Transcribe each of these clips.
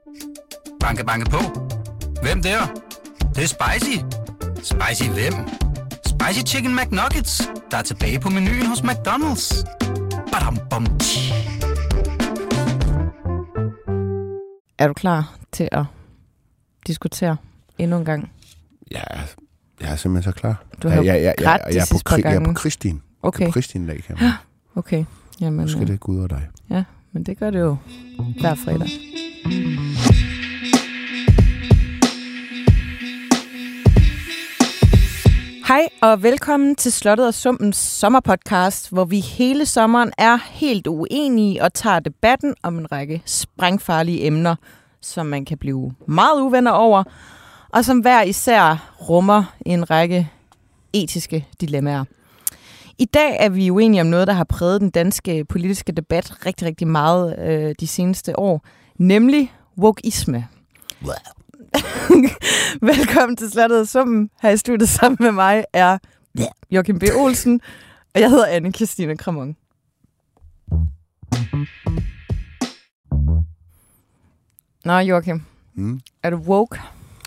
Banke, banke på. Hvem der? Det er spicy. Spicy hvem? Spicy Chicken McNuggets, der er tilbage på menuen hos McDonald's. Badum, bom, tji. Er du klar til at diskutere endnu en gang? Ja, jeg er simpelthen så klar. Du har jeg er på Kristin. Okay. Jeg er på Kristin dag, kan man. Ja, okay. Jamen, Nu skal det gå ud over dig. Ja, men det gør det jo hver fredag. Hej og velkommen til Slottet og Sumpens sommerpodcast, hvor vi hele sommeren er helt uenige og tager debatten om en række sprængfarlige emner, som man kan blive meget uvenner over, og som hver især rummer en række etiske dilemmaer. I dag er vi uenige om noget, der har præget den danske politiske debat rigtig, rigtig meget de seneste år, nemlig wokeisme. Wow. Velkommen til Slottet og Sumpen. Her i studiet sammen med mig er Joachim B. Olsen, og jeg hedder Anne-Christine Kramon. Nå, Joachim. Er du woke?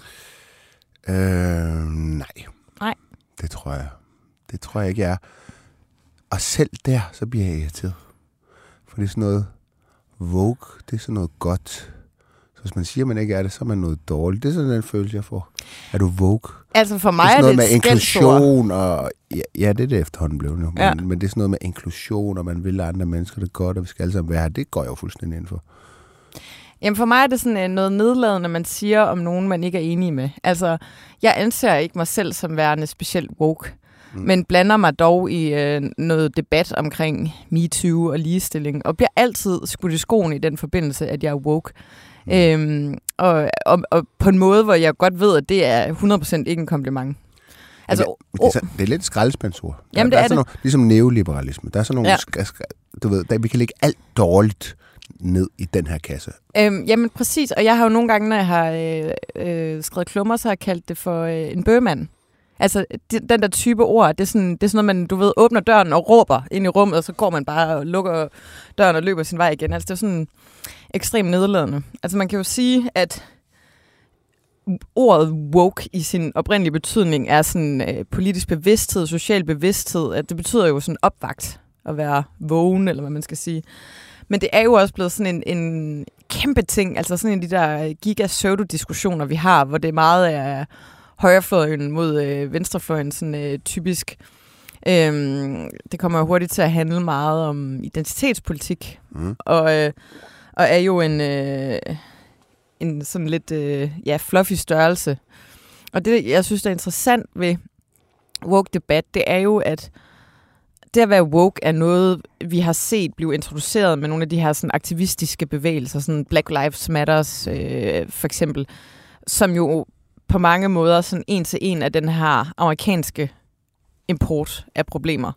Nej. Nej. Det tror jeg ikke, jeg er. Og selv der, så bliver jeg irriteret. For det er sådan noget woke, det er sådan noget godt. Så hvis man siger, at man ikke er det, så er man noget dårligt. Det er sådan den følelse, jeg får. Er du woke? Altså for mig det er er noget det med inklusion og... Ja, det er det efterhånden blevet nu. Ja. Men det er sådan noget med inklusion, og man vil andre mennesker det godt, og vi skal alle sammen være her. Det går jeg jo fuldstændig ind for. Jamen for mig er det sådan noget nedladende, man siger om nogen, man ikke er enig med. Altså, jeg anser ikke mig selv som værende specielt woke, men blander mig dog i noget debat omkring MeToo og ligestilling, og bliver altid skudt i skoen i den forbindelse, at jeg er woke. Og på en måde, hvor jeg godt ved, at det er 100% ikke en kompliment. Altså, det er lidt skraldespandsord. Jamen, der det er sådan det. Nogle, ligesom neoliberalisme. Der er sådan nogle, du ved, vi kan lægge alt dårligt ned i den her kasse. Jamen præcis, og jeg har jo nogle gange, når jeg har skrevet klummer, så har jeg kaldt det for en bøgemand. Altså, den der type ord, det er sådan noget, man, du ved, åbner døren og råber ind i rummet, og så går man bare og lukker døren og løber sin vej igen. Altså, det er sådan ekstremt nedladende. Altså, man kan jo sige, at ordet woke i sin oprindelige betydning er sådan politisk bevidsthed, social bevidsthed. At det betyder jo sådan opvagt at være vågen, eller hvad man skal sige. Men det er jo også blevet sådan en kæmpe ting, altså sådan en af de der giga-pseudo-diskussioner, vi har, hvor det meget er højrefløjen mod venstrefløjen, sådan typisk. Det kommer jo hurtigt til at handle meget om identitetspolitik, og er jo en sådan lidt fluffy størrelse. Og det, jeg synes, der er interessant ved woke-debat, det er jo, at det at være woke er noget, vi har set blive introduceret med nogle af de her sådan aktivistiske bevægelser, sådan Black Lives Matters for eksempel, som jo på mange måder sådan en til en af den her amerikanske import af problemer.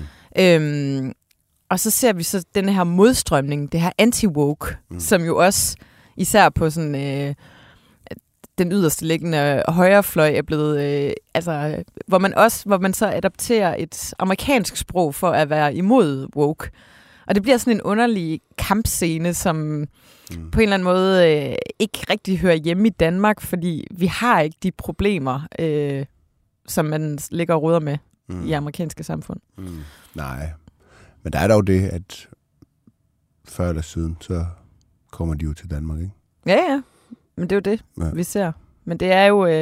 Og så ser vi så den her modstrømning, det her anti-woke, som jo også især på sådan den yderste liggende højrefløj er blevet, hvor man så adapterer et amerikansk sprog for at være imod woke. Og det bliver sådan en underlig kampscene, som på en eller anden måde ikke rigtig hører hjemme i Danmark, fordi vi har ikke de problemer, som man ligger og ruder med i amerikanske samfund. Nej, men der er dog det, at før eller siden, så kommer de jo til Danmark, ikke? Ja, men det er jo det, vi ser. Men det er jo,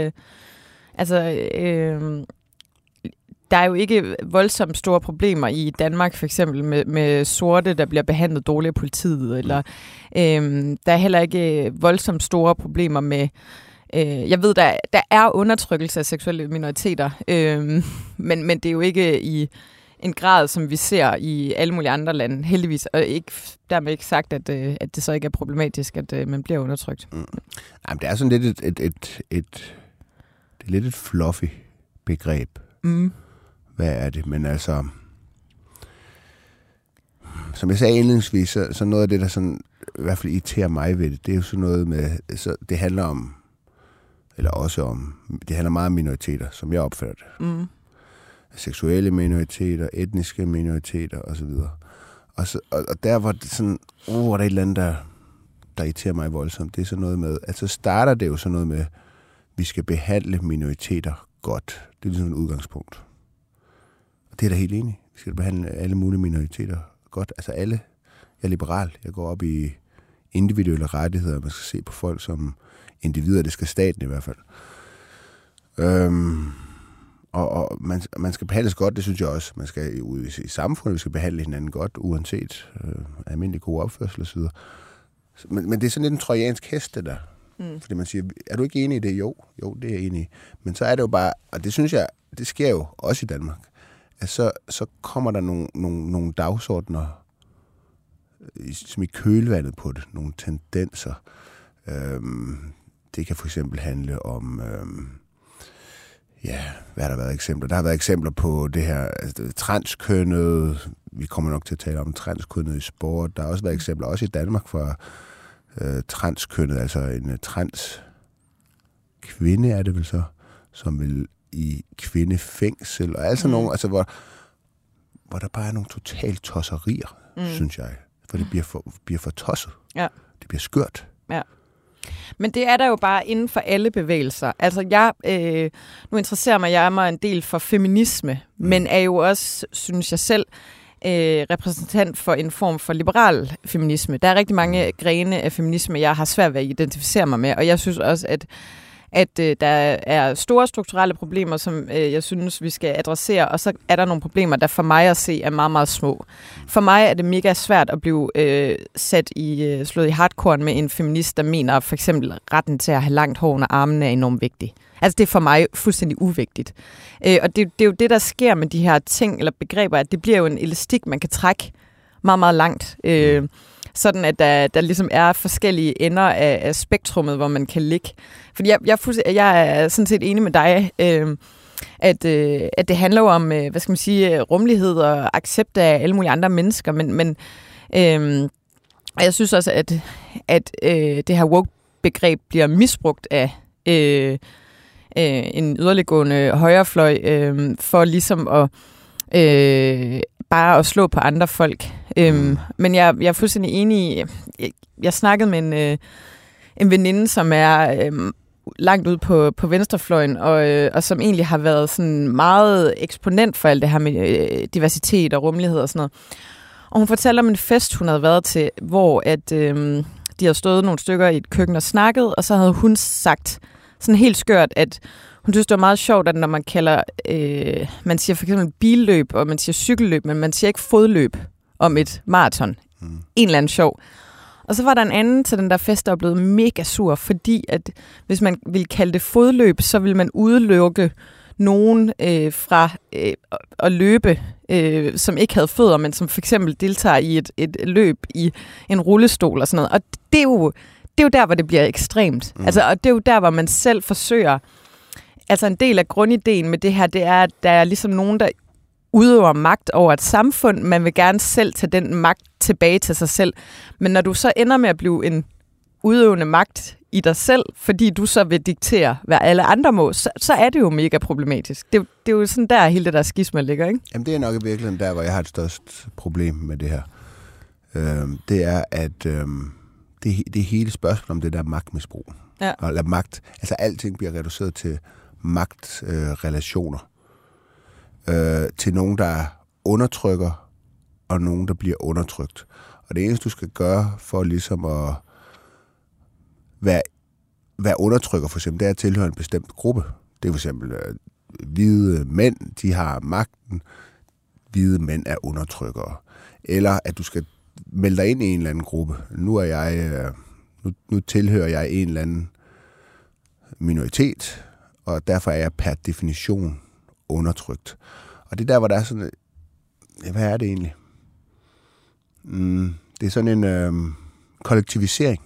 der er jo ikke voldsomt store problemer i Danmark, for eksempel med sorte, der bliver behandlet dårligt af politiet, eller der er heller ikke voldsomt store problemer med, jeg ved, der er undertrykkelse af seksuelle minoriteter, men det er jo ikke i en grad, som vi ser i alle mulige andre lande, heldigvis, og ikke, dermed ikke sagt, at det så ikke er problematisk, at man bliver undertrykt. Jamen, det er sådan lidt det er lidt et fluffy begreb. Hvad er det? Men altså, som jeg sagde indledningsvis, så noget af det, der sådan, i hvert fald irriterer mig ved det, det er jo sådan noget med, så det handler om, eller også om, det handler meget om minoriteter, som jeg opfatter det. Seksuelle minoriteter, etniske minoriteter osv. Og der var det sådan, der er et eller andet, der irriterer mig voldsomt, det er sådan noget med, at så starter det jo sådan noget med, vi skal behandle minoriteter godt. Det er ligesom et udgangspunkt. Og det er da helt enig. Vi skal behandle alle mulige minoriteter godt. Altså alle. Jeg er liberal. Jeg går op i individuelle rettigheder. Man skal se på folk som individer. Det skal staten i hvert fald. Og man skal behandles godt, det synes jeg også. Man skal ud i samfundet, vi skal behandle hinanden godt, uanset almindelig god opførsel osv. Men det er sådan lidt en trojansk hest, det der. Fordi man siger, er du ikke enig i det? Jo, det er jeg enig i. Men så er det jo bare, og det synes jeg, det sker jo også i Danmark, at så kommer der nogle dagsordner som i kølvandet på det, nogle tendenser. Det kan for eksempel handle om, hvad har der været eksempler? Der har været eksempler på det her transkønnede. Vi kommer nok til at tale om transkønnede i sport. Der har også været eksempler, også i Danmark, for transkønnet, altså en transkvinde er det vel så, som vil i kvindefængsel, og altså nogle, altså hvor der bare er nogle totalt tosserier, synes jeg. For det bliver for tosset. Ja. Det bliver skørt. Ja. Men det er der jo bare inden for alle bevægelser. Altså nu interesserer jeg mig en del for feminisme, men er jo også, synes jeg selv, repræsentant for en form for liberal feminisme. Der er rigtig mange grene af feminisme, jeg har svært ved at identificere mig med, og jeg synes også, at der er store strukturelle problemer, som jeg synes, vi skal adressere, og så er der nogle problemer, der for mig at se er meget, meget små. For mig er det mega svært at blive slået i hardcore med en feminist, der mener for eksempel retten til at have langt hår under armene er enormt vigtig. Altså det er for mig fuldstændig uvigtigt. Og det er jo det, der sker med de her ting eller begreber, at det bliver jo en elastik, man kan trække meget, meget langt. Sådan at der ligesom er forskellige ender af spektrummet, hvor man kan ligge. Fordi jeg er sådan set enig med dig, at det handler jo om, hvad skal man sige, rummelighed og accept af alle mulige andre mennesker, men jeg synes også, at det her woke-begreb bliver misbrugt af en yderliggående højrefløj for ligesom at bare at slå på andre folk. Men jeg er fuldstændig enig i, jeg snakkede med en veninde, som er langt ude på venstrefløjen, og som egentlig har været sådan meget eksponent for alt det her med diversitet og rummelighed og sådan noget. Og hun fortalte om en fest, hun havde været til, hvor at, de havde stået nogle stykker i et køkken og snakket, og så havde hun sagt sådan helt skørt, at hun synes, det var meget sjovt, at når man kalder, man siger for eksempel billøb, og man siger cykelløb, men man siger ikke fodløb om et maraton. En eller anden sjov. Og så var der en anden til den der fest, der var blevet mega sur, fordi at hvis man ville kalde det fodløb, så ville man udelukke nogen fra at løbe, som ikke havde fødder, men som for eksempel deltager i et løb i en rullestol og sådan noget. Og det er jo der, hvor det bliver ekstremt. Altså, og det er jo der, hvor man selv forsøger. Altså en del af grundideen med det her, det er, at der er ligesom nogen, der udøver magt over et samfund. Man vil gerne selv tage den magt tilbage til sig selv. Men når du så ender med at blive en udøvende magt i dig selv, fordi du så vil diktere, hvad alle andre må, så er det jo mega problematisk. Det er jo sådan der, hele det der skisma ligger, ikke? Jamen det er nok i virkeligheden der, hvor jeg har et størst problem med det her. Det er, at det er hele spørgsmålet om det der magtmisbrug. Ja. Eller magt. Altså alting bliver reduceret til magtrelationer. Til nogen, der undertrykker, og nogen, der bliver undertrykt. Og det eneste, du skal gøre for ligesom at være undertrykker, for eksempel, det er at tilhøre en bestemt gruppe. Det er for eksempel hvide mænd, de har magten. Hvide mænd er undertrykkere. Eller at du skal melde dig ind i en eller anden gruppe. Nu tilhører jeg en eller anden minoritet, og derfor er jeg per definition undertrykt. Og det der, hvor der er sådan, hvad er det egentlig? Det er sådan en kollektivisering.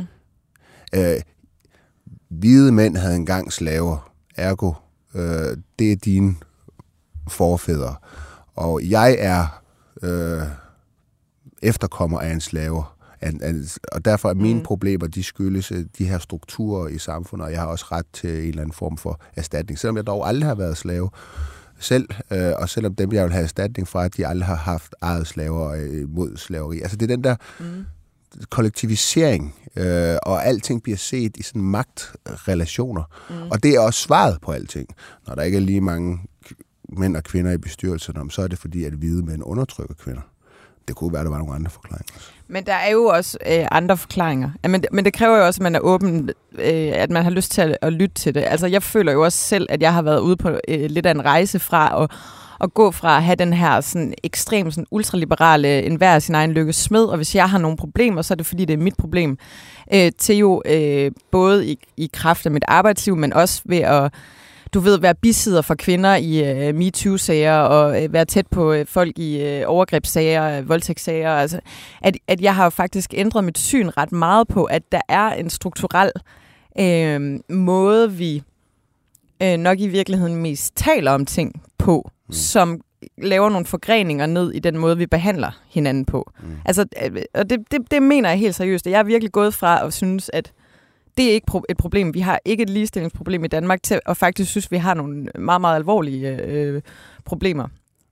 Hvide mænd havde engang slaver, ergo, det er dine forfædre. Og jeg er efterkommer af en slaver. Og derfor er mine problemer, de skyldes de her strukturer i samfundet, og jeg har også ret til en eller anden form for erstatning. Selvom jeg dog aldrig har været slave selv, og selvom dem, jeg vil have erstatning fra, at de aldrig har haft eget slaver mod slaveri. Altså det er den der kollektivisering, og alting bliver set i sådan magtrelationer. Og det er også svaret på alting. Når der ikke er lige mange mænd og kvinder i bestyrelserne, så er det fordi, at hvide mænd undertrykker kvinder. Det kunne være, at der var nogle andre forklaringer. Men der er jo også andre forklaringer. Men det kræver jo også, at man er åben, at man har lyst til at lytte til det. Altså, jeg føler jo også selv, at jeg har været ude på lidt af en rejse fra at gå fra at have den her sådan ekstrem sådan ultraliberale enhver sin egen lykkes smed, og hvis jeg har nogle problemer, så er det fordi, det er mit problem, til jo både i kraft af mit arbejdsliv, men også ved at være bisidder for kvinder i MeToo-sager, og være tæt på folk i overgrebssager, voldtægtssager. Altså, at jeg har faktisk ændret mit syn ret meget på, at der er en strukturel måde, vi nok i virkeligheden mest taler om ting på, som laver nogle forgreninger ned i den måde, vi behandler hinanden på. Altså, og det mener jeg helt seriøst. Jeg er virkelig gået fra at synes, at det er ikke et problem. Vi har ikke et ligestillingsproblem i Danmark til at faktisk synes, vi har nogle meget, meget alvorlige problemer.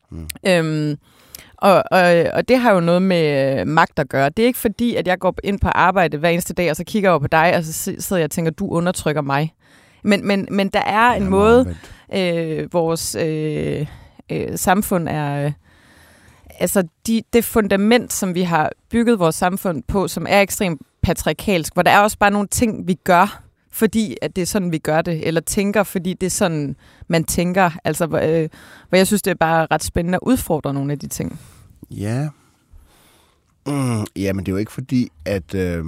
Og det har jo noget med magt at gøre. Det er ikke fordi, at jeg går ind på arbejde hver eneste dag, og så kigger jeg over på dig, og så sidder jeg og tænker, du undertrykker mig. Men der er en måde, vores samfund er... Altså det fundament, som vi har bygget vores samfund på, som er ekstremt patriarkalsk, hvor der er også bare nogle ting, vi gør, fordi at det er sådan, vi gør det, eller tænker, fordi det er sådan, man tænker. Altså, hvor jeg synes, det er bare ret spændende at udfordre nogle af de ting. Ja. Ja, men det er jo ikke fordi, at det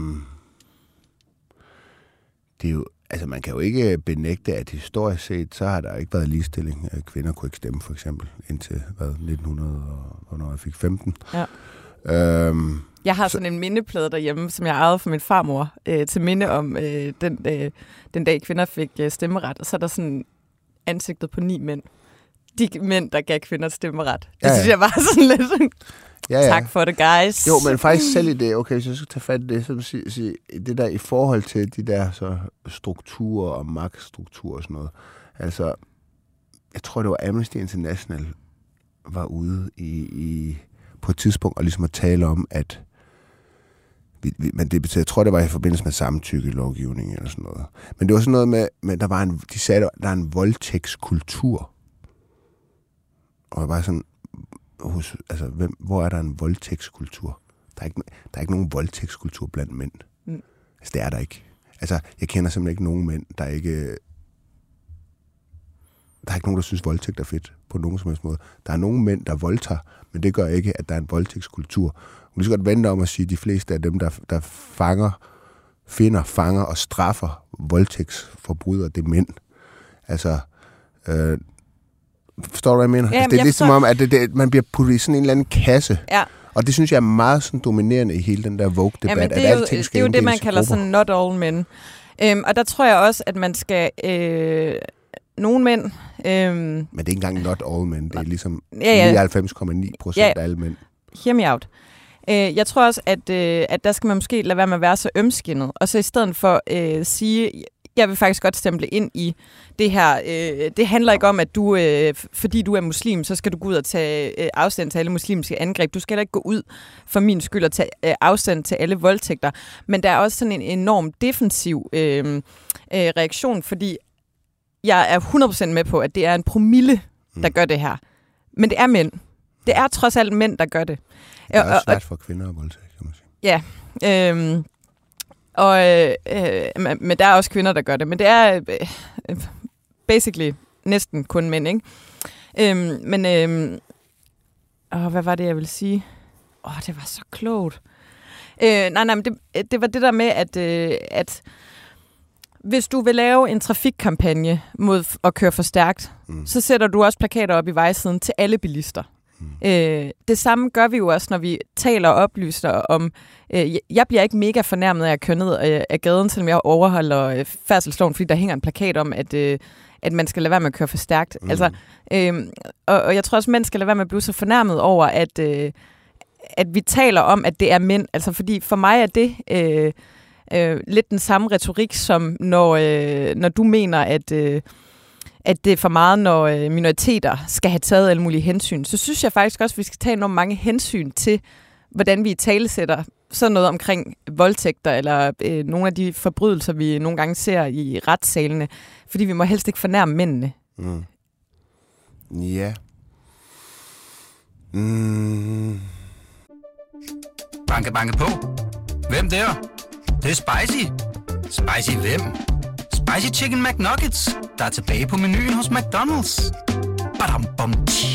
er jo, altså man kan jo ikke benægte, at historisk set, så har der ikke været ligestilling. Kvinder kunne ikke stemme, for eksempel, indtil 1900, og når jeg fik 15. Ja. Jeg har sådan en mindeplade derhjemme, som jeg ejede for min farmor, til minde om den dag kvinder fik stemmeret. Og så er der sådan ansigtet på 9 mænd. De mænd, der gav kvinder stemmeret. Det synes jeg var sådan lidt sådan, tak for det, guys. Jo, men faktisk selv i det, okay, hvis jeg skal tage fat i det, så sige, det der i forhold til de der så strukturer og magtstrukturer og sådan noget. Altså, jeg tror, det var Amnesty International var ude på et tidspunkt og ligesom at tale om, at men det, jeg tror, det var i forbindelse med samtykkelovgivning eller sådan noget. Men det var sådan noget med der var de sagde, der er en voldtægtskultur. Og jeg var sådan, altså, hvor er der en voldtægtskultur? Der er ikke nogen voldtægtskultur blandt mænd. Altså, det er der ikke. Altså, jeg kender simpelthen ikke nogen mænd, der er ikke nogen, der synes, voldtægt er fedt på nogen som helst måde. Der er nogle mænd, der voldtager, men det gør ikke, at der er en voldtægtskultur. Du skal godt vente om at sige, at de fleste af dem, der fanger og straffer voldtægtsforbrydere, det er mænd. Altså, forstår du, hvad jeg mener? Ja, altså, det er ligesom om, at man bliver puttet i sådan en eller anden kasse. Ja. Og det synes jeg er meget sådan dominerende i hele den der Vogue-debat. Ja, det er jo det, man kalder sådan not all men. Og der tror jeg også, at man skal... nogle mænd... Men det er ikke engang not all men. Det er ligesom 99,9% af alle mænd. Hear me out. Jeg tror også, at der skal man måske lade være med at være så ømskindet. Og så i stedet for sige... Jeg vil faktisk godt stemple ind i det her. Det handler ikke om, at du, fordi du er muslim, så skal du gå ud og tage afstand til alle muslimske angreb. Du skal heller ikke gå ud for min skyld og tage afstand til alle voldtægter. Men der er også sådan en enorm defensiv reaktion, fordi jeg er 100% med på, at det er en promille, der gør det her. Men det er mænd. Det er trods alt mænd, der gør det. Det er også svært for kvinder at voldtægte, kan man sige. Ja, men der er også kvinder, der gør det. Men det er basically næsten kun mænd, ikke? Hvad var det, jeg ville sige? Det var så klogt. Men det var det der med, at hvis du vil lave en trafikkampagne mod at køre for stærkt, så sætter du også plakater op i vejsiden til alle bilister. Det samme gør vi jo også, når vi taler og oplyser om... jeg bliver ikke mega fornærmet af at køre ned af gaden, selvom jeg overholder færdselsloven, fordi der hænger en plakat om, at man skal lade være med at køre for stærkt. Altså, og jeg tror også, at mænd skal lade være med at blive så fornærmet over, at vi taler om, at det er mænd. Altså, fordi for mig er det lidt den samme retorik, som når du mener, at det er for meget, når minoriteter skal have taget alle mulige hensyn. Så synes jeg faktisk også, at vi skal tage enormt mange hensyn til, hvordan vi italesætter sådan noget omkring voldtægter, eller nogle af de forbrydelser, vi nogle gange ser i retssalene, fordi vi må helst ikke fornærme mændene. Mm. Ja. Banke, banke på. Hvem der? Det er spicy. Spicy hvem? Spicy Chicken McNuggets, der er tilbage på menuen hos McDonald's. Badum, bom,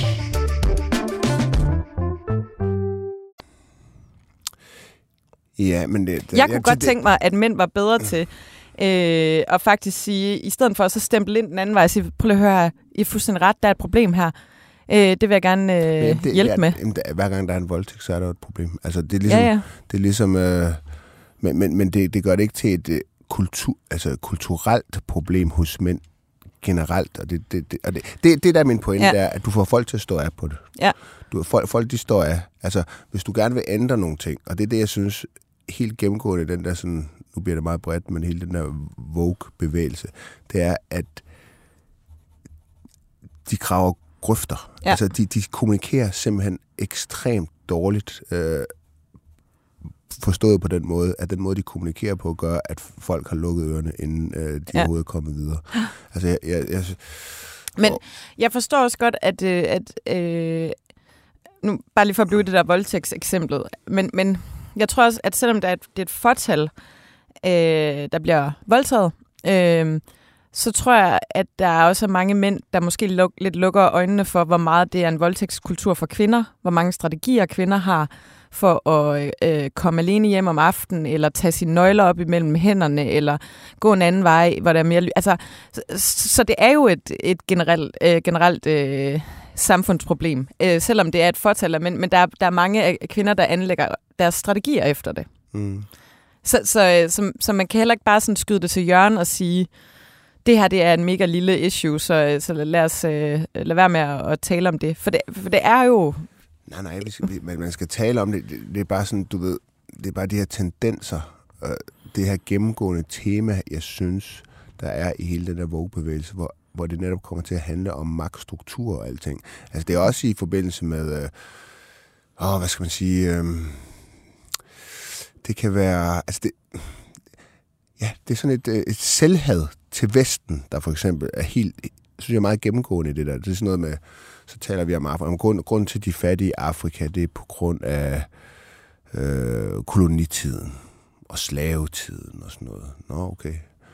Ja, men jeg kunne godt tænke mig, at mænd var bedre til at faktisk sige, i stedet for at så stemple ind den anden vej og sige, prøv at høre, I er fuldstændig ret, der er et problem her. Det vil jeg gerne hjælpe med. Hver gang der er en voldtægt, så er der et problem. Altså, det er ligesom, Det er ligesom men det gør det ikke til et kulturelt problem hos mænd generelt. Og det der er min pointe, er, at du får folk til at stå af på det. Ja. Folk de står af. Altså, hvis du gerne vil ændre nogle ting, og det er det, jeg synes helt gennemgående, den der sådan, nu bliver det meget bredt, men hele den der woke-bevægelse, det er, at de graver grøfter. Ja. Altså, de kommunikerer simpelthen ekstremt dårligt, forstået på den måde, at den måde, de kommunikerer på, gør, at folk har lukket ørerne, inden de overhovedet er kommet videre. Altså, men jeg forstår også godt, at nu bare lige for at blive det der voldtægtseksemplet, men jeg tror også, at selvom det er et fortal, der bliver voldtaget, så tror jeg, at der er også mange mænd, der måske lidt lukker øjnene for, hvor meget det er en voldtægtskultur for kvinder, hvor mange strategier kvinder har for at komme alene hjem om aftenen, eller tage sine nøgler op imellem hænderne, eller gå en anden vej, hvor der er mere... Altså, så det er jo et generelt samfundsproblem, selvom det er et fortal af mænd, men der er mange kvinder, der anlægger deres strategier efter det. Mm. Så man kan heller ikke bare sådan skyde det til hjørne og sige, det her det er en mega lille issue, så lad os lade være med at tale om det. For det er jo... Nej, man skal tale om det. Det er bare sådan, du ved, det er bare de her tendenser, det her gennemgående tema, jeg synes, der er i hele den der woke-bevægelse, hvor det netop kommer til at handle om magtstruktur og alting. Altså det er også i forbindelse med, hvad skal man sige, det kan være, altså det er sådan et selvhad til Vesten, der for eksempel er helt, synes jeg, meget gennemgående i det der. Det er sådan noget med, så taler vi om Afrika. Grunden til de fattige i Afrika, det er på grund af kolonitiden og slavetiden og sådan noget. Nå, okay.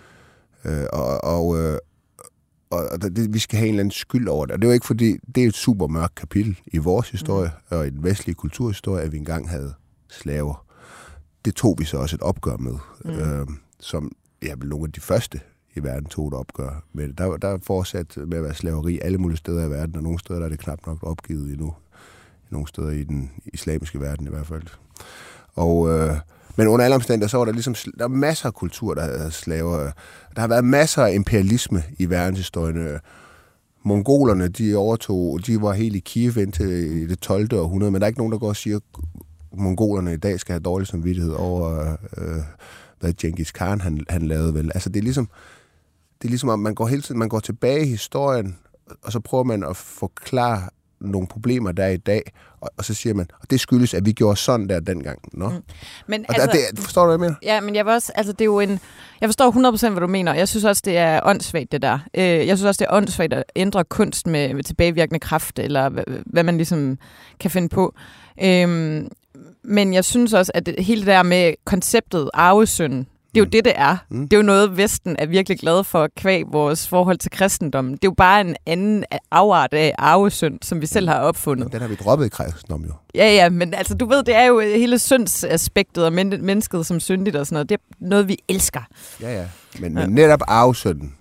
Vi skal have en eller anden skyld over det. Og det er jo ikke fordi, det er et super mørkt kapitel i vores historie, og i den vestlige kulturhistorie, at vi engang havde slaver. Det tog vi så også et opgør med, som nogle af de første i verden tog et opgør med det. Der er fortsat med at være slaveri alle mulige steder i verden, og nogle steder der er det knap nok opgivet endnu. Nogle steder i den islamiske verden i hvert fald. Men under alle omstændigheder, så var der ligesom, der er masser af kultur, der havde slaver. Der har været masser af imperialisme i verdenshistorien. Mongolerne, de var helt i Kiev indtil det 12. århundrede, men der er ikke nogen, der går og siger, at mongolerne i dag skal have dårlig samvittighed over, hvad Genghis Khan han lavede vel. Altså det er ligesom at man går hele tiden, man går tilbage i historien, og så prøver man at forklare nogle problemer, der er i dag, og så siger man, og det skyldes, at vi gjorde sådan der dengang. Nå? Men og altså, forstår du, hvad jeg mener? Ja, men jeg vil også, altså det er jo jeg forstår 100%, hvad du mener. Jeg synes også, det er åndssvagt, det der. Jeg synes også, det er åndssvagt at ændre kunst med tilbagevirkende kraft, eller hvad man ligesom kan finde på. Men jeg synes også, at hele det der med konceptet arvesynd, det er jo det er. Det er jo noget, Vesten er virkelig glad for kvæg vores forhold til kristendommen. Det er jo bare en anden afart af arvesynd, som vi selv har opfundet. Den har vi droppet i kristendommen jo. Ja, men altså du ved, det er jo hele syndsaspektet og mennesket som syndigt og sådan noget. Det er noget, vi elsker. Ja. Men netop arvesynden,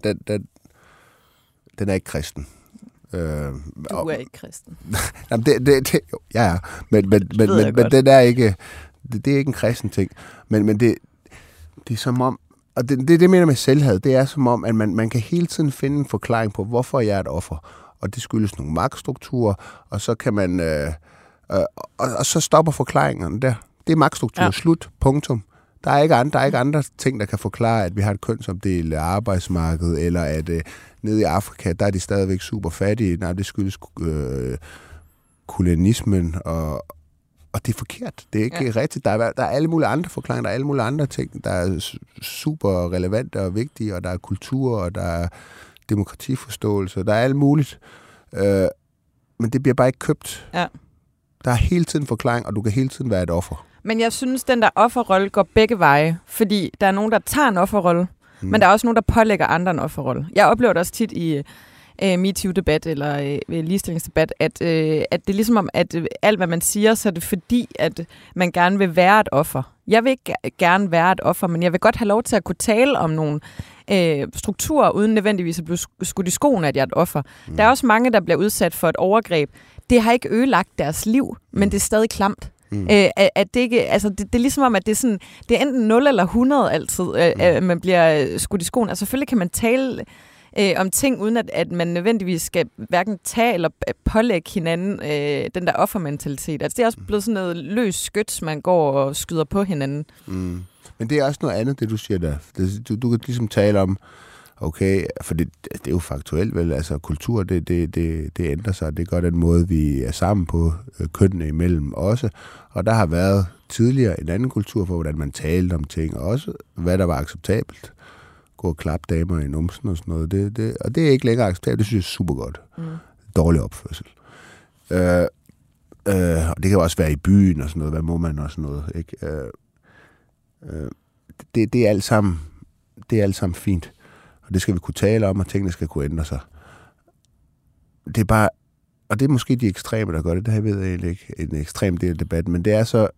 den er ikke kristen. Du er ikke kristen. Jamen, jo, ja. Men den er ikke, det er ikke en kristen ting. Men det er som om, og det mener med selvhed, det er som om, at man kan hele tiden finde en forklaring på, hvorfor jeg er et offer. Og det skyldes nogle magtstrukturer, og så kan man, og så stopper forklaringerne der. Det er magtstruktur, slut, punktum. Der er ikke andre ting, der kan forklare, at vi har et kønsopdelt arbejdsmarked, eller at nede i Afrika, der er de stadigvæk super fattige. Nej, det skyldes kolonismen, Og det er forkert. Det er ikke rigtigt. Der er alle mulige andre forklaringer, der er alle mulige andre ting, der er super relevante og vigtige, og der er kultur, og der er demokratiforståelse, der er alt muligt. Men det bliver bare ikke købt. Ja. Der er hele tiden forklaring, og du kan hele tiden være et offer. Men jeg synes, den der offerrolle går begge veje, fordi der er nogen, der tager en offerrolle, men der er også nogen, der pålægger andre en offerrolle. Jeg oplever det også tit i MeToo-debat eller ligestillingsdebat, at det er ligesom om, at alt, hvad man siger, så er det fordi, at man gerne vil være et offer. Jeg vil ikke gerne være et offer, men jeg vil godt have lov til at kunne tale om nogle strukturer, uden nødvendigvis at blive skudt i skoene, at jeg er et offer. Der er også mange, der bliver udsat for et overgreb. Det har ikke ødelagt deres liv, men det er stadig klamt. At det ikke, altså det er ligesom om, at det er sådan, det er enten 0 eller 100 altid, at man bliver skudt i skoene. Altså selvfølgelig kan man tale om ting, uden at man nødvendigvis skal hverken tage eller pålægge hinanden den der offermentalitet. Altså det er også blevet sådan noget løs skyts, man går og skyder på hinanden. Men det er også noget andet, det du siger der. Du kan ligesom tale om, okay, for det er jo faktuelt, vel? Altså kultur, det ændrer sig. Det gør den måde, vi er sammen på, kønnene imellem også. Og der har været tidligere en anden kultur for, hvordan man talte om ting, og også hvad der var acceptabelt. Gå og klappe damer i numsen og sådan noget. Og det er ikke længere acceptabelt. Det synes jeg er super godt. Dårlig opførsel. Og det kan jo også være i byen og sådan noget. Hvad må man og sådan noget, ikke? Det er alt sammen, fint. Og det skal vi kunne tale om, og tingene skal kunne ændre sig. Det er bare, og det er måske de ekstreme, der gør det. Det her ved jeg egentlig ikke, en ekstrem del af debatten, men det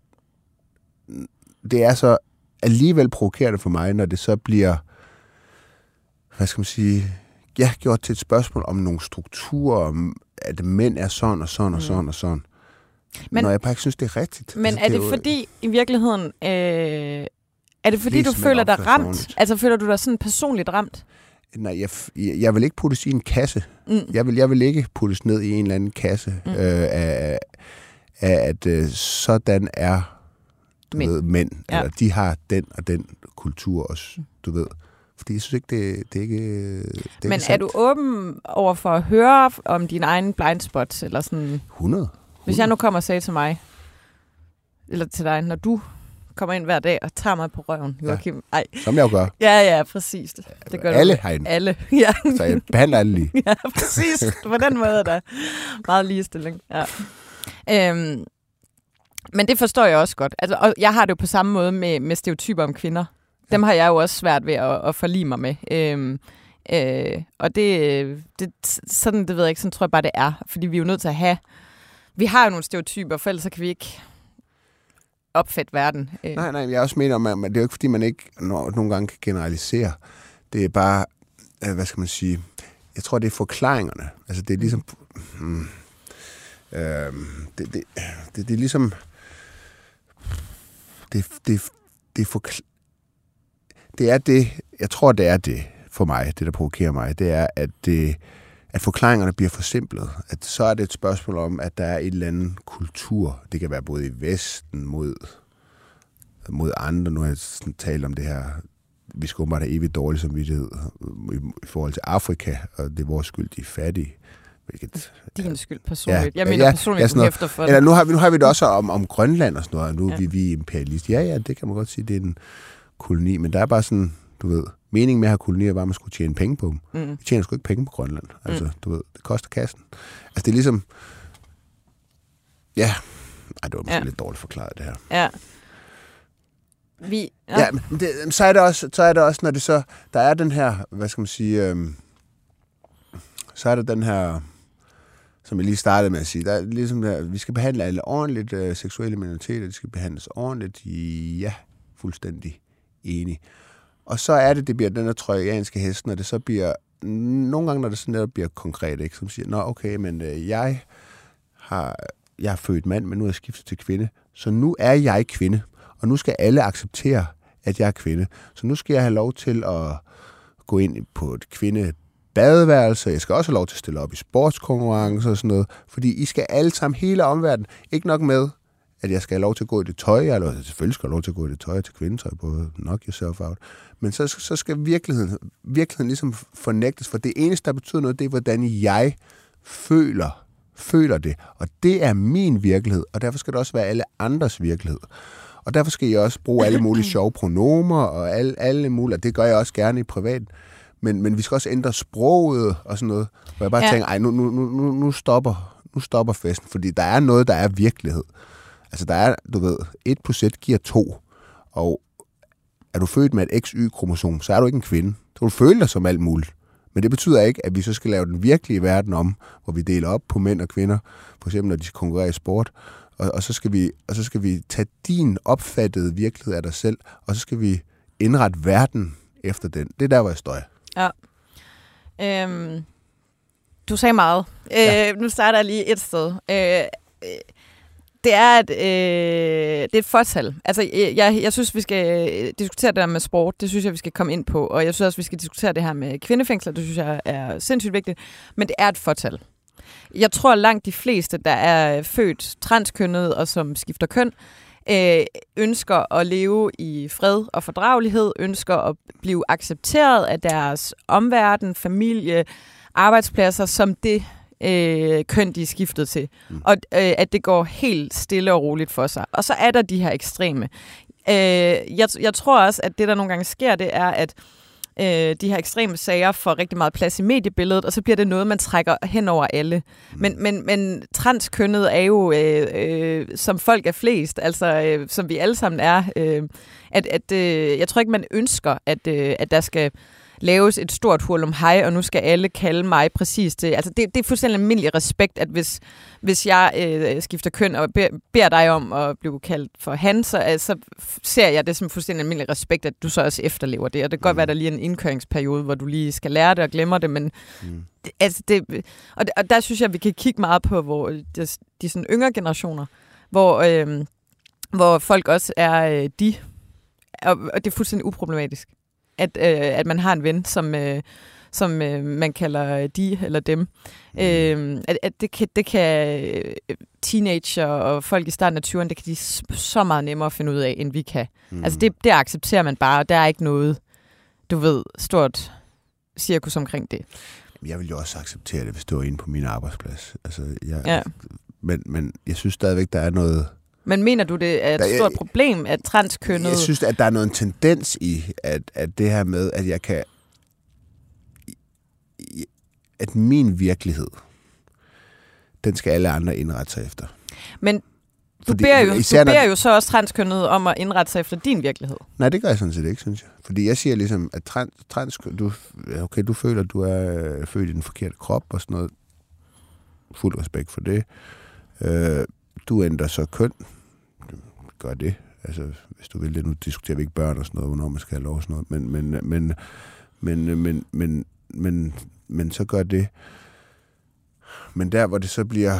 er så alligevel provokerende for mig, når det så bliver, hvad skal man sige, gjort til et spørgsmål om nogle strukturer, om at mænd er sådan og sådan og sådan og sådan. Men, når jeg bare ikke synes, det er rigtigt. Men altså, er det fordi, i virkeligheden, er det fordi, du føler dig ramt? Altså føler du dig sådan personligt ramt? Nej, jeg vil ikke puttes i en kasse. Jeg vil ikke puttes ned i en eller anden kasse af at sådan er mænd. Ja. Eller de har den og den kultur også, du ved. Fordi jeg synes ikke, det er ikke det er Men ikke er du åben over for at høre om dine egne blindspots? Eller sådan? 100. Hvis jeg nu kommer og sagde til mig, eller til dig, når du kommer ind hver dag og tager mig på røven, Joachim. Ja, som jeg jo gør. Ja, præcis. Det gør alle herinde. Alle, ja. Så jeg behandler alle lige. Ja, præcis. På den måde er der meget ligestilling. Ja. Men det forstår jeg også godt. Altså, og jeg har det jo på samme måde med stereotyper om kvinder. Dem har jeg jo også svært ved at forlige mig med. Og det sådan, det ved jeg ikke, sådan tror jeg bare, det er. Fordi vi er jo nødt til at have... Vi har jo nogle stereotyper, for ellers så kan vi ikke opfatte verden. Nej, jeg er også mener om, at det er jo ikke, fordi man ikke nogle gange kan generalisere. Det er bare, hvad skal man sige, jeg tror, det er forklaringerne. Altså, det er ligesom... det er ligesom... Det er det, jeg tror, det er det for mig, det der provokerer mig, det er, at forklaringerne bliver forsimplet. At så er det et spørgsmål om, at der er en eller anden kultur. Det kan være både i Vesten mod andre. Nu har jeg talt om det her. Vi skal bare have evigt dårlig samvittighed i forhold til Afrika, og det er vores skyld, de er fattige. Hvilket, din skyld personligt. Jeg mener personligt, du hæfter for det. Nu har vi det også om Grønland og sådan noget. Nu er vi imperialist. Ja, det kan man godt sige, det er en koloni. Men der er bare sådan, du ved, meningen med at have kolonier var, at man skulle tjene penge på dem. Vi tjener sgu ikke penge på Grønland. Altså, du ved, det koster kassen. Altså, det er ligesom... Ja. Ej, det var måske lidt dårligt forklaret, det her. Ja. Men så er det også, når det så... Der er den her, hvad skal man sige... så er der den her... Som jeg lige startede med at sige. Der er ligesom der, vi skal behandle alle ordentligt. Seksuelle minoriteter, de skal behandles ordentligt. Ja, fuldstændig enig. Og så er det bliver den der trojanske hest, når det så bliver... Nogle gange, når det sådan der bliver konkret, ikke? Som siger, nå okay, men jeg er født mand, men nu er jeg skiftet til kvinde. Så nu er jeg kvinde. Og nu skal alle acceptere, at jeg er kvinde. Så nu skal jeg have lov til at gå ind på et kvindebadeværelse. Jeg skal også have lov til at stille op i sportskonkurrencer og sådan noget. Fordi I skal alle sammen, hele omverdenen, ikke nok med, at jeg skal have lov til at gå i det tøj, eller selvfølgelig skal jeg have lov til at gå i det tøj til kvindetøj, både knock yourself out. Men så skal virkeligheden ligesom fornægtes, for det eneste, der betyder noget, det er, hvordan jeg føler føler det. Og det er min virkelighed, og derfor skal det også være alle andres virkelighed. Og derfor skal jeg også bruge alle mulige sjove pronomer, og alle mulige, det gør jeg også gerne i privat. Men vi skal også ændre sproget og sådan noget, hvor jeg bare tænker, nu stopper festen, fordi der er noget, der er virkelighed. Altså der er, du ved, 1 plus 1 giver 2, og er du født med et XY-kromosom, så er du ikke en kvinde. Så du føler dig som alt muligt. Men det betyder ikke, at vi så skal lave den virkelige verden om, hvor vi deler op på mænd og kvinder, for eksempel når de skal konkurrere i sport, og så skal vi tage din opfattede virkelighed af dig selv, og så skal vi indrette verden efter den. Det er der, hvor jeg står. Ja. Du sagde meget. Nu starter jeg lige et sted. Det er et fortal. Altså, jeg synes, vi skal diskutere det der med sport. Det synes jeg, vi skal komme ind på. Og jeg synes også, vi skal diskutere det her med kvindefængsler. Det synes jeg er sindssygt vigtigt. Men det er et fortal. Jeg tror, langt de fleste, der er født transkønnet og som skifter køn, ønsker at leve i fred og fordragelighed, ønsker at blive accepteret af deres omverden, familie, arbejdspladser, som det køn, de er skiftet til. Og at det går helt stille og roligt for sig. Og så er der de her ekstreme. Jeg tror også, at det, der nogle gange sker, det er, at de her ekstreme sager får rigtig meget plads i mediebilledet, og så bliver det noget, man trækker hen over alle. Men transkønnet er jo, som folk er flest, altså som vi alle sammen er, jeg tror ikke, man ønsker, at der skal laves et stort hurlumhej, og nu skal alle kalde mig præcis det. Altså det er fuldstændig almindelig respekt, at hvis jeg skifter køn og beder dig om at blive kaldt for han, så ser jeg det som fuldstændig almindelig respekt, at du så også efterlever det. Og det kan godt være, der lige en indkøringsperiode, hvor du lige skal lære det og glemmer det, men og der synes jeg, at vi kan kigge meget på, hvor de sådan yngre generationer, hvor folk også er og det er fuldstændig uproblematisk. At man har en ven, som man kalder de eller dem. At det kan teenager og folk i starten af 20'erne, det kan de så meget nemmere finde ud af, end vi kan. Altså det accepterer man bare, og der er ikke noget, du ved, stort cirkus omkring det. Jeg vil jo også acceptere det, hvis det var inde på min arbejdsplads. Altså, men jeg synes stadigvæk, der er noget... Men mener du, det er et stort problem, at transkønnet... Jeg synes, at der er noget tendens i, at det her med, at jeg kan... At min virkelighed, den skal alle andre indrette sig efter. Men du beder jo så også transkønnet om at indrette sig efter din virkelighed. Nej, det gør jeg sådan set ikke, synes jeg. Fordi jeg siger ligesom, at du føler, at du er født i den forkerte krop og sådan noget. Fuld respekt for det. Du ændrer så køn. Gør det. Altså, hvis du vil det. Nu diskuterer vi ikke børn og sådan noget, hvornår man skal have lov og sådan noget. Men så gør det. Men der, hvor det så bliver...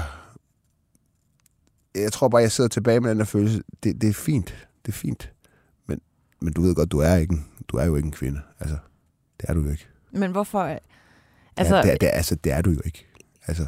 Jeg tror bare, jeg sidder tilbage med den der følelse. Det er fint. Det er fint. Men du ved godt, du er jo ikke en kvinde. Altså, det er du jo ikke. Men hvorfor? Altså, det er du jo ikke. Altså...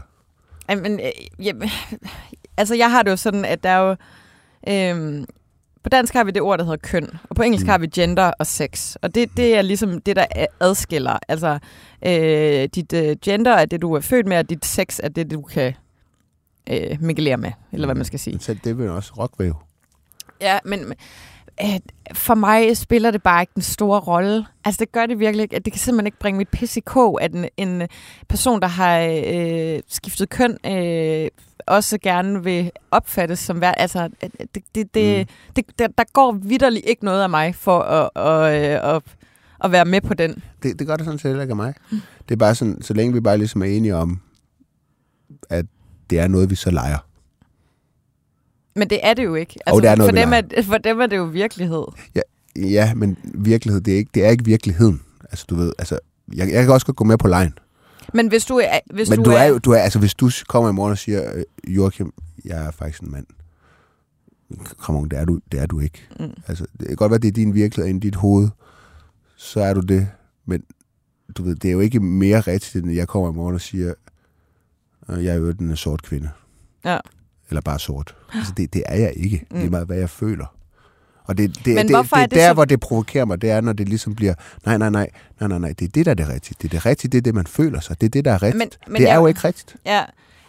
Altså, jeg har det jo sådan, at der er jo... på dansk har vi det ord, der hedder køn, og på engelsk har vi gender og sex. Og det er ligesom det, der adskiller. Altså, dit gender er det, du er født med, og dit sex er det, du kan mingelere med, eller hvad man skal sige. Så det vil også rockvæv. Ja, men... For mig spiller det bare ikke den store rolle. Altså, det gør det virkelig ikke. Det kan simpelthen ikke bringe mit pis i kog, at en person, der har skiftet køn, også gerne vil opfattes som værd. Altså, der går vitterligt ikke noget af mig for at være med på den. Det gør det sådan set heller ikke af mig. Det er bare sådan, så længe vi bare ligesom er enige om, at det er noget, vi så leger. Men det er det jo ikke. Altså, det er noget, for dem er det jo virkelighed. Ja, men virkelighed, det er ikke virkeligheden. Altså, du ved, altså, jeg kan også godt gå med på lejen. Men hvis du hvis du kommer i morgen og siger, Joachim, jeg er faktisk en mand. Kom on, det er du ikke. Altså, det kan godt være, det er din virkelighed ind i dit hoved. Så er du det. Men du ved, det er jo ikke mere rigtigt, end jeg kommer i morgen og siger, jeg er jo en sort kvinde. Ja. Eller bare sort. Altså, det er jeg ikke. Det er meget, hvad jeg føler. Og det er der, hvor det provokerer mig, det er, når det ligesom bliver, nej, det er det, der er det rigtige. Det er det rigtige, det er det, man føler sig. Det er det, der er rigtigt. Men det er jo ikke rigtigt. Ja,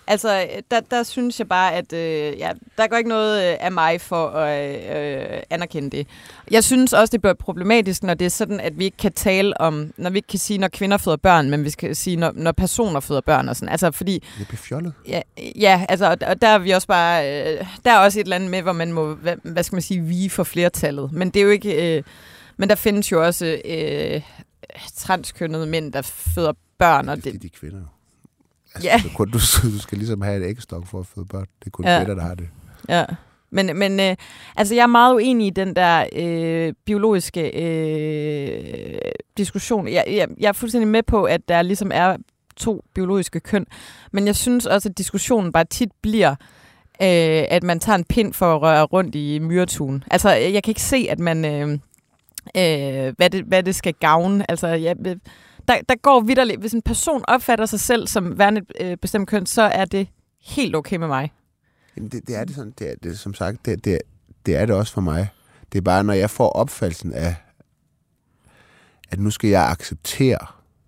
Altså, der synes jeg bare, at der går ikke noget af mig for at anerkende det. Jeg synes også, det bliver problematisk, når det er sådan, at vi ikke kan tale om, når vi ikke kan sige, når kvinder føder børn, men vi skal sige, når personer føder børn og sådan. Altså, fordi... Det bliver fjollet. Ja, altså, og der er vi også bare... der er også et eller andet med, hvor man må, hvad skal man sige, vige for flertallet. Men det er jo ikke... men der findes jo også transkønnede mænd, der føder børn. Og det er de kvinder. Altså, ja. Du skal ligesom have et æggestok for at føde børn. Det er kun kvinder, der har det. Ja, men altså jeg er meget uenig i den der biologiske diskussion. Jeg er fuldstændig med på, at der ligesom er 2 biologiske køn, men jeg synes også, at diskussionen bare tit bliver, at man tager en pind for at røre rundt i myretuen. Altså, jeg kan ikke se, at man hvad det skal gavne. Altså, der går vitterligt. Hvis en person opfatter sig selv som værende et bestemt køn, så er det helt okay med mig. Jamen det er det sådan. Det som sagt, det er det også for mig. Det er bare, når jeg får opfattelsen af, at nu skal jeg acceptere,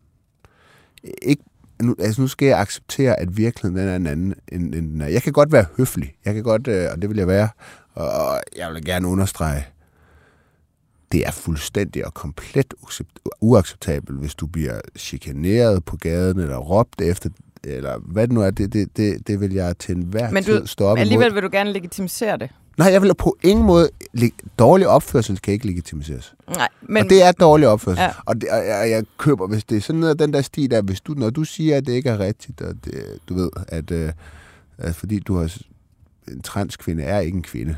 nu skal jeg acceptere, at virkeligheden den er en anden, end den er. Jeg kan godt være høflig. Jeg kan godt, og det vil jeg være. Og jeg vil gerne understrege, det er fuldstændig og komplet uacceptabelt, hvis du bliver chikaneret på gaden, eller råbt efter, eller hvad det nu er, det vil jeg til enhver tid stoppe. Men alligevel vil du gerne legitimisere det? Nej, jeg vil på ingen måde... Dårlig opførsel kan ikke legitimiseres. Nej, men... Og det er dårlig opførsel. Ja. Og jeg køber, hvis det er sådan noget af den der sti der, når du siger, at det ikke er rigtigt, og det, du ved, at fordi du har... En transkvinde er ikke en kvinde.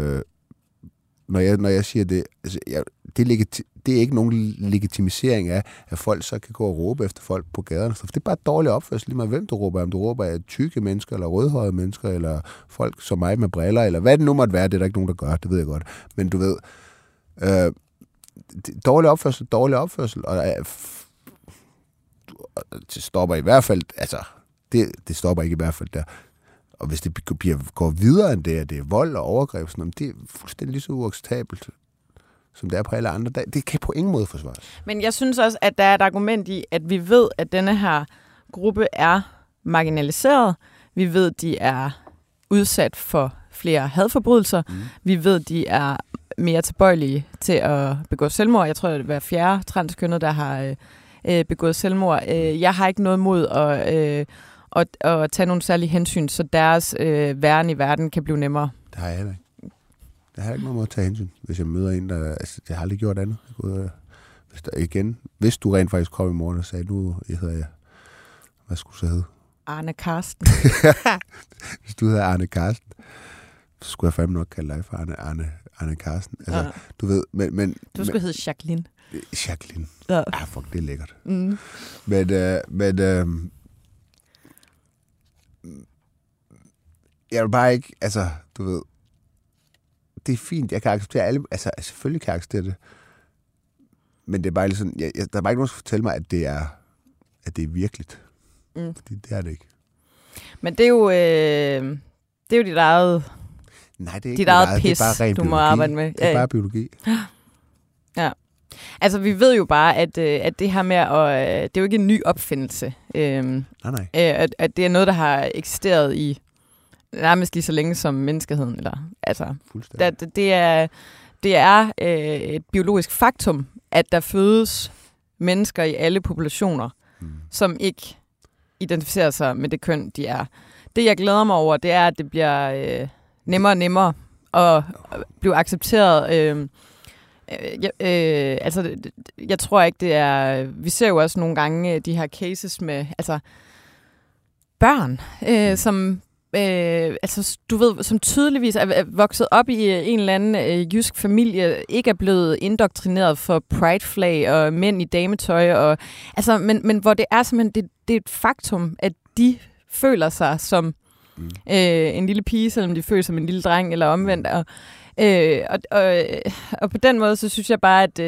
Når jeg siger det, altså, det er ikke nogen legitimisering af, at folk så kan gå og råbe efter folk på gaderne. Det er bare dårlig opførsel, lige meget hvem du råber. Om du råber af tykke mennesker, eller rødhårede mennesker, eller folk som mig med briller, eller hvad det nu måtte være, det er der ikke nogen, der gør, det ved jeg godt. Men du ved, dårlig opførsel, og det stopper i hvert fald, altså, det stopper ikke i hvert fald der. Og hvis det går videre end det, at det er vold og overgreb, sådan, det er fuldstændig lige så uacceptabelt, som det er på alle andre. Det kan på ingen måde forsvares. Men jeg synes også, at der er et argument i, at vi ved, at denne her gruppe er marginaliseret. Vi ved, de er udsat for flere hadforbrydelser. Vi ved, de er mere tilbøjelige til at begå selvmord. Jeg tror, det er hver 4. transkønnet, der har begået selvmord. Jeg har ikke noget mod at tage nogle særlige hensyn, så deres væren i verden kan blive nemmere. Det har jeg heller ikke. Jeg har ikke noget mod at tage hensyn, hvis jeg møder en, der... Altså, jeg har aldrig gjort andet. Hvis du rent faktisk kom i morgen og sagde, nu hedder jeg... Hvad skulle du så hedde? Arne Karsten. Hvis du hedder Arne Karsten, så skulle jeg fandme nok kalde dig for Arne Karsten. Altså, ja. Du ved, men... Du skulle hedde Jacqueline. Jacqueline. Ja. Fuck, det er lækkert. Mm. Men jeg vil bare ikke, altså, du ved, det er fint, jeg kan acceptere alle, altså selvfølgelig kan jeg acceptere det, men det er bare lidt sådan, der er bare ikke nogen, der skal fortælle mig, at det er virkeligt. Fordi det er det ikke. Men det er jo dit eget... Nej, det er ikke dit eget pis, det er bare ren du biologi. må arbejde med. Det er bare biologi. Ja. Altså, vi ved jo bare, at det her med, det er jo ikke en ny opfindelse. Nej. At det er noget, der har eksisteret i nærmest lige så længe som menneskeheden. Eller, altså, det er et biologisk faktum, at der fødes mennesker i alle populationer, som ikke identificerer sig med det køn, de er. Det, jeg glæder mig over, det er, at det bliver nemmere og nemmere at blive accepteret. Jeg tror ikke, det er... Vi ser jo også nogle gange de her cases med børn, som... du ved, som tydeligvis er vokset op i en eller anden jysk familie, ikke er blevet indoktrineret for pride-flag og mænd i dametøj. Og, men hvor det er simpelthen, det er et faktum, at de føler sig som en lille pige, selvom de føler sig som en lille dreng, eller omvendt. Og på den måde, så synes jeg bare, at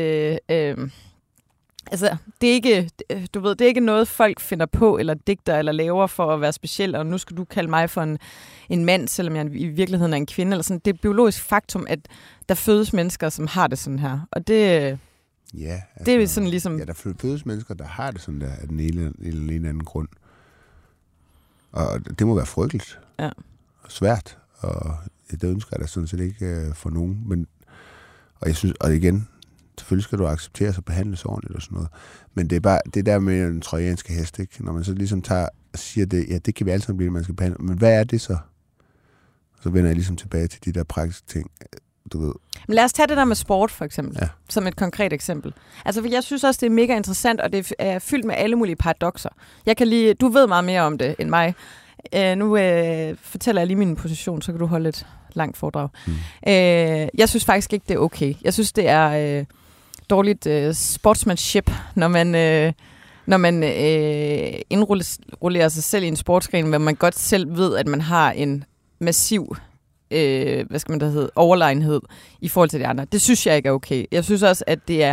det er ikke, du ved, det er ikke noget, folk finder på, eller digter, eller laver for at være speciel, og nu skal du kalde mig for en mand, selvom jeg i virkeligheden er en kvinde, eller sådan. Det er et biologisk faktum, at der fødes mennesker, som har det sådan her. Og det, det er sådan ligesom... Ja, der fødes mennesker, der har det sådan der, af den ene eller anden grund. Og det må være frygteligt. Ja. Og svært. Og det ønsker jeg da sådan set ikke for nogen. Men, og jeg synes, og igen, selvfølgelig skal du acceptere sig behandles ordentligt og sådan noget. Men det er bare det der med den trojanske hest, ikke? Når man så ligesom tager og siger det, ja, det kan vi alle sammen blive, man skal behandle. Men hvad er det så? Så vender jeg ligesom tilbage til de der praktiske ting, du ved. Men lad os tage det der med sport, for eksempel, som et konkret eksempel. Altså, for jeg synes også, det er mega interessant, og det er fyldt med alle mulige paradokser. Du ved meget mere om det end mig. Nu fortæller jeg lige min position, så kan du holde et langt foredrag. Jeg synes faktisk ikke, det er okay. Jeg synes, det er dårligt sportsmanship, når man indrullerer sig selv i en sportsgren, hvor man godt selv ved, at man har en massiv overlegenhed i forhold til de andre. Det synes jeg ikke er okay. Jeg synes også, at det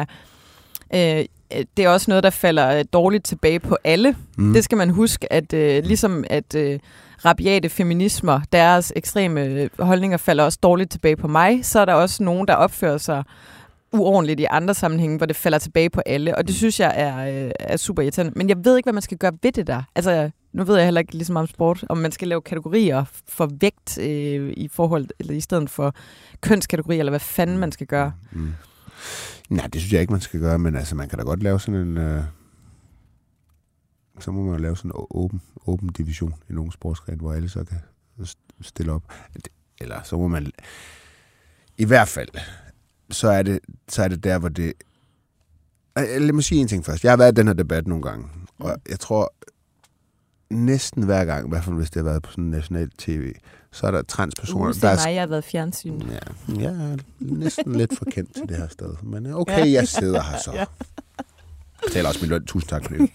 er også noget, der falder dårligt tilbage på alle. Det skal man huske, at ligesom at rabiate feminismer, deres ekstreme holdninger falder også dårligt tilbage på mig, så er der også nogen, der opfører sig uordentligt i andre sammenhænge, hvor det falder tilbage på alle, og det synes jeg er super irriterende. Men jeg ved ikke, hvad man skal gøre ved det der. Altså, nu ved jeg heller ikke lige så meget om sport, om man skal lave kategorier for vægt i forhold, eller i stedet for kønskategorier, eller hvad fanden man skal gøre. Nej, det synes jeg ikke, man skal gøre, men altså, man kan da godt lave sådan en... så må man jo lave sådan en åben division i nogle sportsgrene, hvor alle så kan stille op. Eller så må man... I hvert fald, så er det der, hvor det... Lad mig sige en ting først. Jeg har været i den her debat nogle gange, og jeg tror næsten hver gang, i hvert fald hvis det har været på sådan en national tv, så er der transpersoner. Det er mig, jeg har været fjernsyn. Ja, jeg er næsten lidt for kendt til det her sted. Men okay, jeg sidder her så. Jeg betaler også min løn. Tusind tak for det.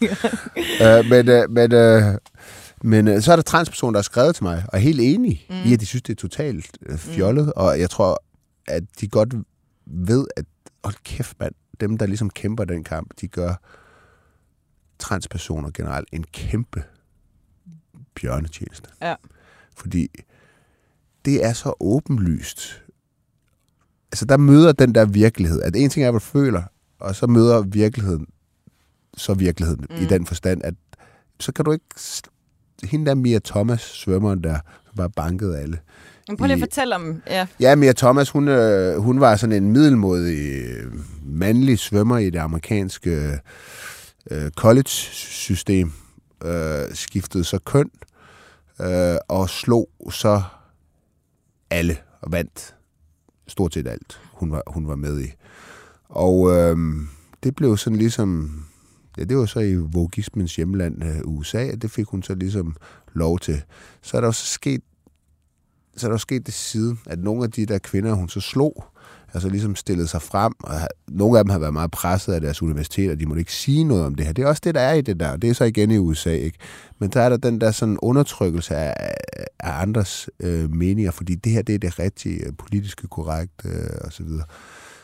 Men så er der transpersoner, der har skrevet til mig, og er helt enige i, at de synes, det er totalt fjollet. Og jeg tror, at de godt ved, at hold kæft, mand, dem, der ligesom kæmper den kamp, de gør transpersoner generelt en kæmpe bjørnetjeneste. Ja. Fordi det er så åbenlyst. Altså, der møder den der virkelighed. At en ting er, hvad du føler, og så møder virkeligheden i den forstand, at så kan du ikke... Hende der Mia Thomas, svømmeren der, som bare bankede alle. Men prøv lige at fortælle om... Ja, Mia Thomas, hun var sådan en middelmådig mandlig svømmer i det amerikanske college-system. Skiftede så køn og slog så alle og vandt stort set alt, hun var med i. Og det blev sådan ligesom... Ja, det var så i vogismens hjemland USA, og det fik hun så ligesom lov til. Så er der også sket det siden, at nogle af de der kvinder, hun så slog, altså ligesom stillede sig frem, og nogle af dem har været meget presset af deres universiteter, de måtte ikke sige noget om det her. Det er også det, der er i det der, og det er så igen i USA, ikke? Men der er der den der sådan undertrykkelse af andres meninger, fordi det her, det er det rigtige, politiske korrekt, og så videre.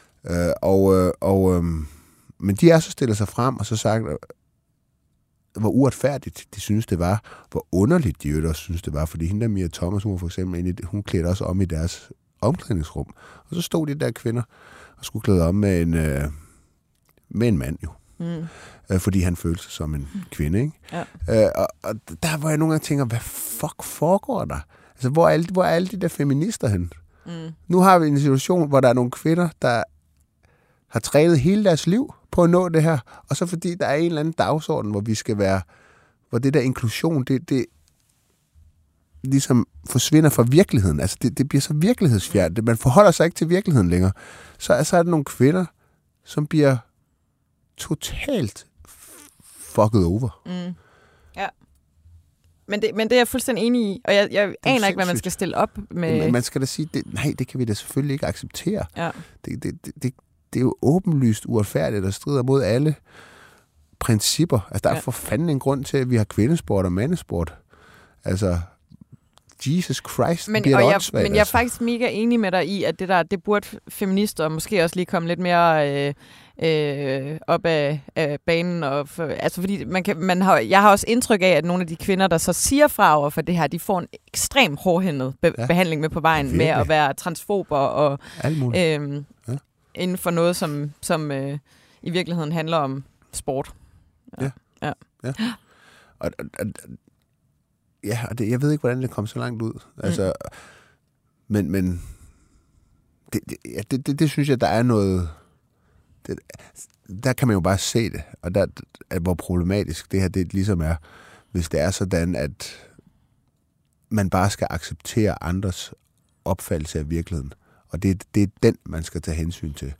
Men de er så stillet sig frem og så sagt, hvor uretfærdigt de synes det var, hvor underligt de også synes det var, fordi hende der Mia Thomas, hun var for eksempel hun klædte også om i deres omklædningsrum, og så stod de der kvinder og skulle klæde om med en mand jo. Fordi han følte sig som en kvinde, ikke? Ja. Og der var jeg nogle gange tænker, hvad fuck foregår der? Altså, hvor er alle de der feminister hen? Nu har vi en situation, hvor der er nogle kvinder, der har trænet hele deres liv på at nå det her, og så fordi der er en eller anden dagsorden, hvor vi skal være, hvor det der inklusion, det ligesom forsvinder fra virkeligheden. Altså, det bliver så virkelighedsfjernt. Man forholder sig ikke til virkeligheden længere. Så er der nogle kvinder, som bliver totalt fucket over. Ja. Men det er jeg fuldstændig enig i, og jeg aner ikke, hvad man skal stille op med... Men man skal da sige, det kan vi da selvfølgelig ikke acceptere. Ja. Det er jo åbenlyst uretfærdigt, der strider mod alle principper. Altså, der er for fanden en grund til, at vi har kvindesport og mandesport. Altså, Jesus Christ, men jeg er faktisk mega enig med dig i, at det burde feminister måske også lige komme lidt mere op af banen. Fordi jeg har også indtryk af, at nogle af de kvinder, der så siger fra over for det her, de får en ekstrem hårdhændet behandling med på vejen, virkelig. Med at være transfober og inden for noget, som i virkeligheden handler om sport. Ja. Og Ja, og jeg ved ikke, hvordan det kom så langt ud. Altså, men det synes jeg, der er noget... Der kan man jo bare se det, og der, hvor problematisk det her det ligesom er, hvis det er sådan, at man bare skal acceptere andres opfattelse af virkeligheden. Og det er den, man skal tage hensyn til.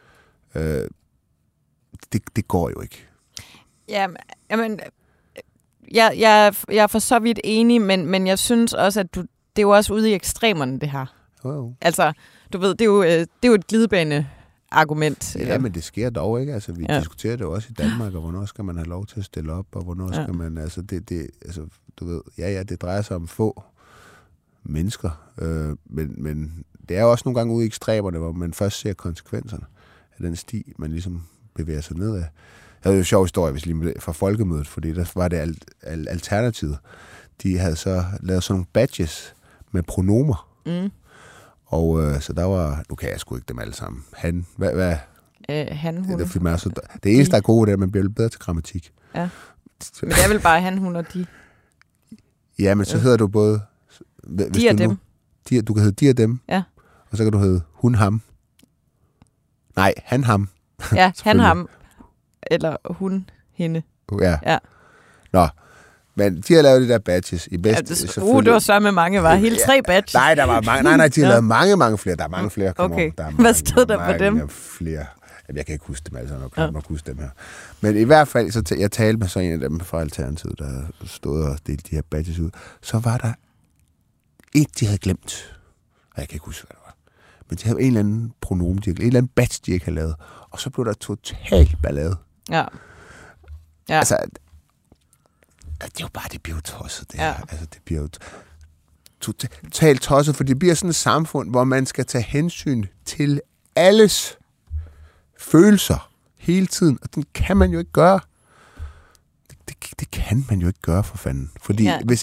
Det går jo ikke. Ja, men jeg er for så vidt enig, men jeg synes også, at det er jo også ude i ekstremerne, det her. Altså, du ved, det er jo et glidebane-argument. Ja, men det sker dog ikke. Altså, vi diskuterer det jo også i Danmark, og hvornår skal man have lov til at stille op, og hvornår skal man... Altså, altså, du ved, det drejer sig om få mennesker, men det er jo også nogle gange ude i ekstremerne, hvor man først ser konsekvenserne af den sti, man ligesom bevæger sig nedad. Jeg havde jo en sjov historie, hvis lige fra Folkemødet, fordi der var det alternativet. De havde så lavet sådan nogle badges med pronomer. Og så der var... Nu kan jeg sgu ikke dem alle sammen. Han... Hvad? Han, hun. Det eneste, der er gode, det er, at man bliver lidt bedre til grammatik. Ja. Men det er vel bare han, hun og de. Ja, men så hedder du både... De og dem. Du kan hedde de og dem. Ja. Og så kan du hedde hun, ham. Nej, han, ham. Ja, han, ham. Eller hun, hende. Ja. Nå, men de har lavet de der badges i bedste... det var så med mange, var. Hele 3 badges. Nej, der var mange. Nej, de har lavet mange flere. Der er mange flere. Okay. Hvad stod der på dem? Flere. Jamen, jeg kan ikke huske dem alle sammen. Jeg kan nok huske dem her. Men i hvert fald, så jeg talte med så en af dem fra Alternativet, der stod og delte de her badges ud. Så var der et, de havde glemt. Og jeg kan ikke huske, hvad det var. Men de havde en eller anden pronomen, en eller anden badge, de ikke havde lavet. Og så blev der totalt ballade. Ja. Altså, det er jo bare, det bliver jo tosset, det her. Altså, det bliver jo totalt tosset, for det bliver sådan et samfund, hvor man skal tage hensyn til alles følelser hele tiden, og den kan man jo ikke gøre. Det kan man jo ikke gøre, for fanden. Fordi hvis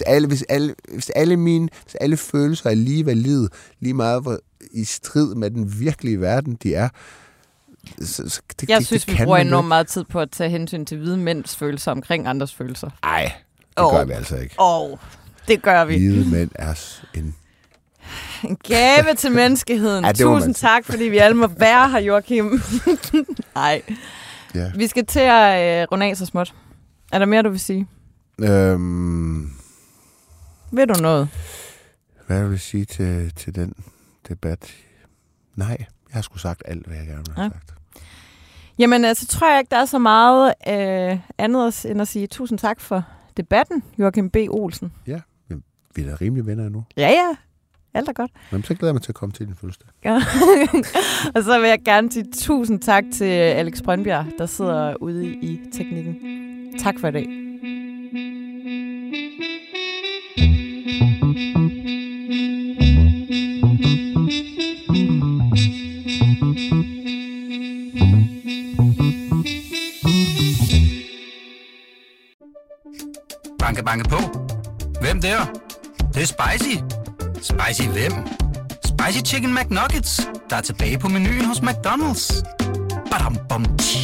alle følelser er lige valide, lige meget hvor i strid med den virkelige verden, de er, jeg synes, vi bruger enormt meget tid på at tage hensyn til hvide mænds følelser omkring andres følelser. Nej, det gør vi altså ikke. Det gør vi. Hvide mænd er en gave til menneskeheden. Tusind tak, fordi vi alle må være her, Joachim. Nej. Ja. Vi skal til at runde af så småt. Er der mere, du vil sige? Ved du noget? Hvad vil jeg sige til den debat? Nej, jeg har sgu sagt alt, hvad jeg gerne har sagt. Jamen, altså, tror jeg ikke, der er så meget andet end at sige tusind tak for debatten, Joachim B. Olsen. Ja, vi er da rimelig venner nu. Ja. Alt er godt. Jamen, så glæder jeg mig til at komme til din fødselsdag. Ja. Og så vil jeg gerne sige tusind tak til Alex Brøndbjerg, der sidder ude i teknikken. Tak for i dag. Banke, banke på. Hvem der? Det er spicy. Spicy hvem? Spicy Chicken McNuggets, der er tilbage på menuen hos McDonald's. Badum, bom, tji.